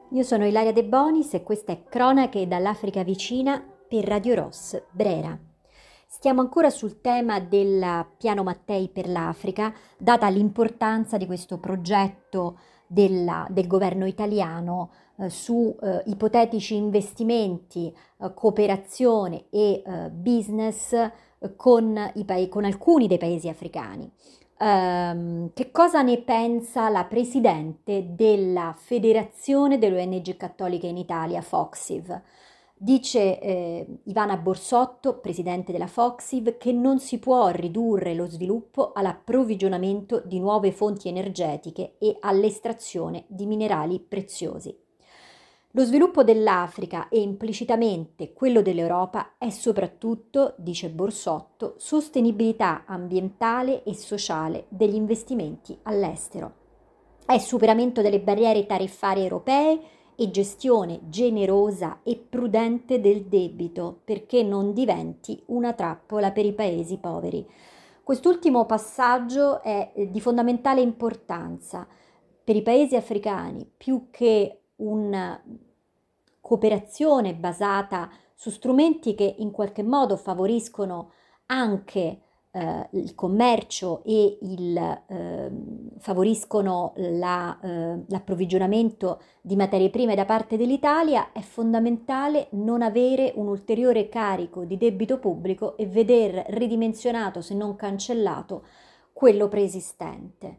Io sono Ilaria De Bonis e questa è Cronache dall'Africa vicina per Radio Ross Brera. Stiamo ancora sul tema del Piano Mattei per l'Africa, data l'importanza di questo progetto del governo italiano su ipotetici investimenti, cooperazione e business con alcuni dei paesi africani. Che cosa ne pensa la presidente della Federazione delle ONG Cattoliche in Italia, FOXIV? Dice Ivana Borsotto, presidente della FOXIV, che non si può ridurre lo sviluppo all'approvvigionamento di nuove fonti energetiche e all'estrazione di minerali preziosi. Lo sviluppo dell'Africa e implicitamente quello dell'Europa è soprattutto, dice Borsotto, sostenibilità ambientale e sociale degli investimenti all'estero. È superamento delle barriere tariffarie europee e gestione generosa e prudente del debito perché non diventi una trappola per i paesi poveri. Quest'ultimo passaggio è di fondamentale importanza per i paesi africani, più che una cooperazione basata su strumenti che in qualche modo favoriscono anche il commercio e favoriscono l'approvvigionamento di materie prime da parte dell'Italia, è fondamentale non avere un ulteriore carico di debito pubblico e veder ridimensionato, se non cancellato, quello preesistente.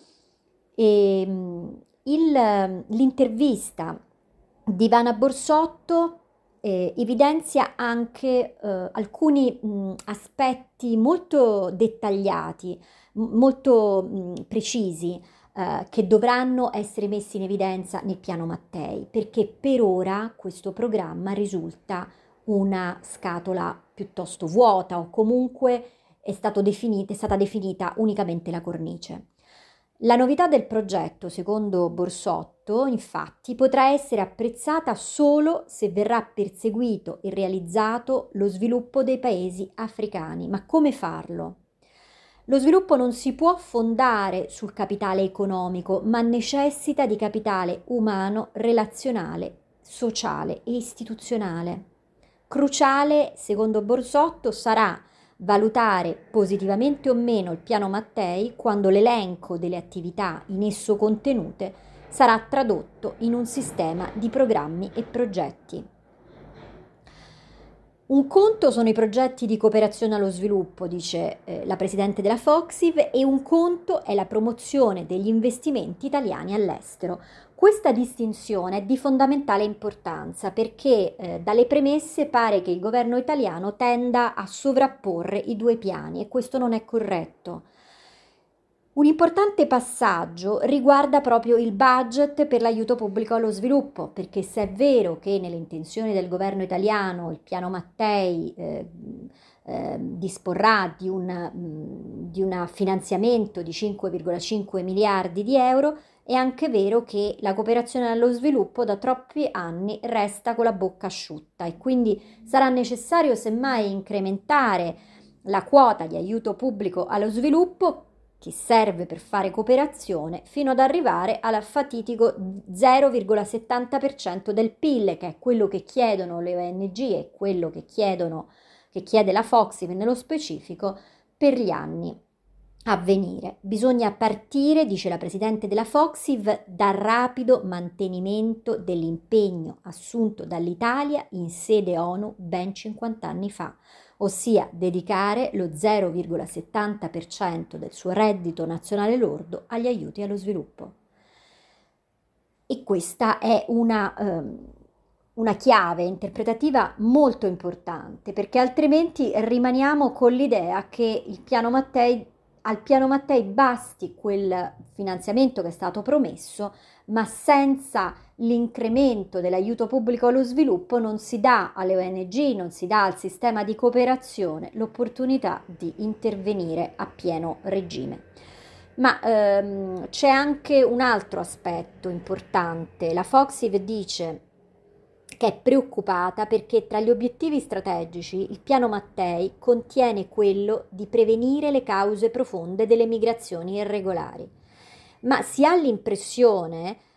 L'intervista di Ivana Borsotto evidenzia anche alcuni aspetti molto dettagliati, molto precisi, che dovranno essere messi in evidenza nel piano Mattei, perché per ora questo programma risulta una scatola piuttosto vuota o comunque è stata definita unicamente la cornice. La novità del progetto, secondo Borsotto, infatti, potrà essere apprezzata solo se verrà perseguito e realizzato lo sviluppo dei paesi africani. Ma come farlo? Lo sviluppo non si può fondare sul capitale economico, ma necessita di capitale umano, relazionale, sociale e istituzionale. Cruciale, secondo Borsotto, sarà valutare positivamente o meno il piano Mattei quando l'elenco delle attività in esso contenute sarà tradotto in un sistema di programmi e progetti. Un conto sono i progetti di cooperazione allo sviluppo, dice la presidente della FOXIV, e un conto è la promozione degli investimenti italiani all'estero. Questa distinzione è di fondamentale importanza perché dalle premesse pare che il governo italiano tenda a sovrapporre i due piani e questo non è corretto. Un importante passaggio riguarda proprio il budget per l'aiuto pubblico allo sviluppo, perché se è vero che nelle intenzioni del governo italiano il piano Mattei disporrà di un finanziamento di 5,5 miliardi di euro, è anche vero che la cooperazione allo sviluppo da troppi anni resta con la bocca asciutta e quindi sarà necessario semmai incrementare la quota di aiuto pubblico allo sviluppo che serve per fare cooperazione fino ad arrivare al fatitico 0,70% del PIL, che è quello che chiedono le ONG e quello che chiede la FOXIV nello specifico per gli anni a venire. Bisogna partire, dice la presidente della FOXIV, dal rapido mantenimento dell'impegno assunto dall'Italia in sede ONU ben 50 anni fa, ossia dedicare lo 0,70% del suo reddito nazionale lordo agli aiuti allo sviluppo. E questa è una chiave interpretativa molto importante, perché altrimenti rimaniamo con l'idea che al piano Mattei basti quel finanziamento che è stato promesso, ma senza l'incremento dell'aiuto pubblico allo sviluppo non si dà alle ONG, non si dà al sistema di cooperazione l'opportunità di intervenire a pieno regime. Ma c'è anche un altro aspetto importante. La FOXIV dice che è preoccupata perché tra gli obiettivi strategici il piano Mattei contiene quello di prevenire le cause profonde delle migrazioni irregolari. Ma si ha l'impressione,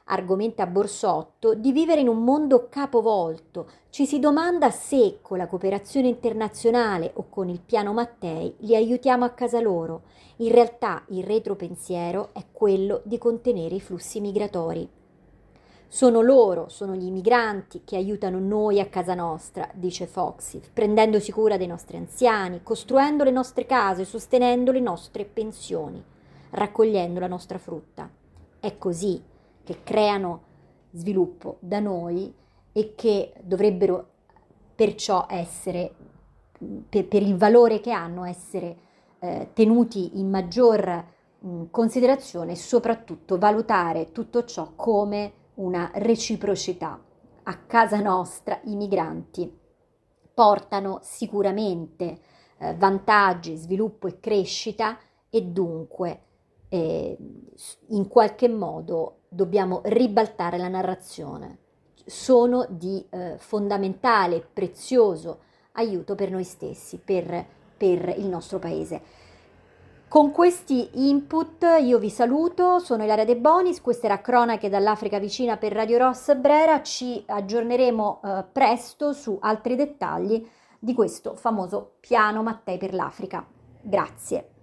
argomenta Borsotto, di vivere in un mondo capovolto. Ci si domanda se con la cooperazione internazionale o con il piano Mattei li aiutiamo a casa loro. In realtà il retropensiero è quello di contenere i flussi migratori. Sono loro, sono gli immigranti che aiutano noi a casa nostra, dice Foxy, prendendosi cura dei nostri anziani, costruendo le nostre case, sostenendo le nostre pensioni, raccogliendo la nostra frutta. È così che creano sviluppo da noi e che dovrebbero perciò essere, per il valore che hanno, essere tenuti in maggior considerazione e soprattutto valutare tutto ciò come una reciprocità. A casa nostra i migranti portano sicuramente vantaggi, sviluppo e crescita e dunque in qualche modo dobbiamo ribaltare la narrazione. Sono di fondamentale, prezioso aiuto per noi stessi, per il nostro paese. Con questi input io vi saluto, sono Ilaria De Bonis, questa era Cronache dall'Africa vicina per Radio Ross Brera, ci aggiorneremo presto su altri dettagli di questo famoso piano Mattei per l'Africa. Grazie.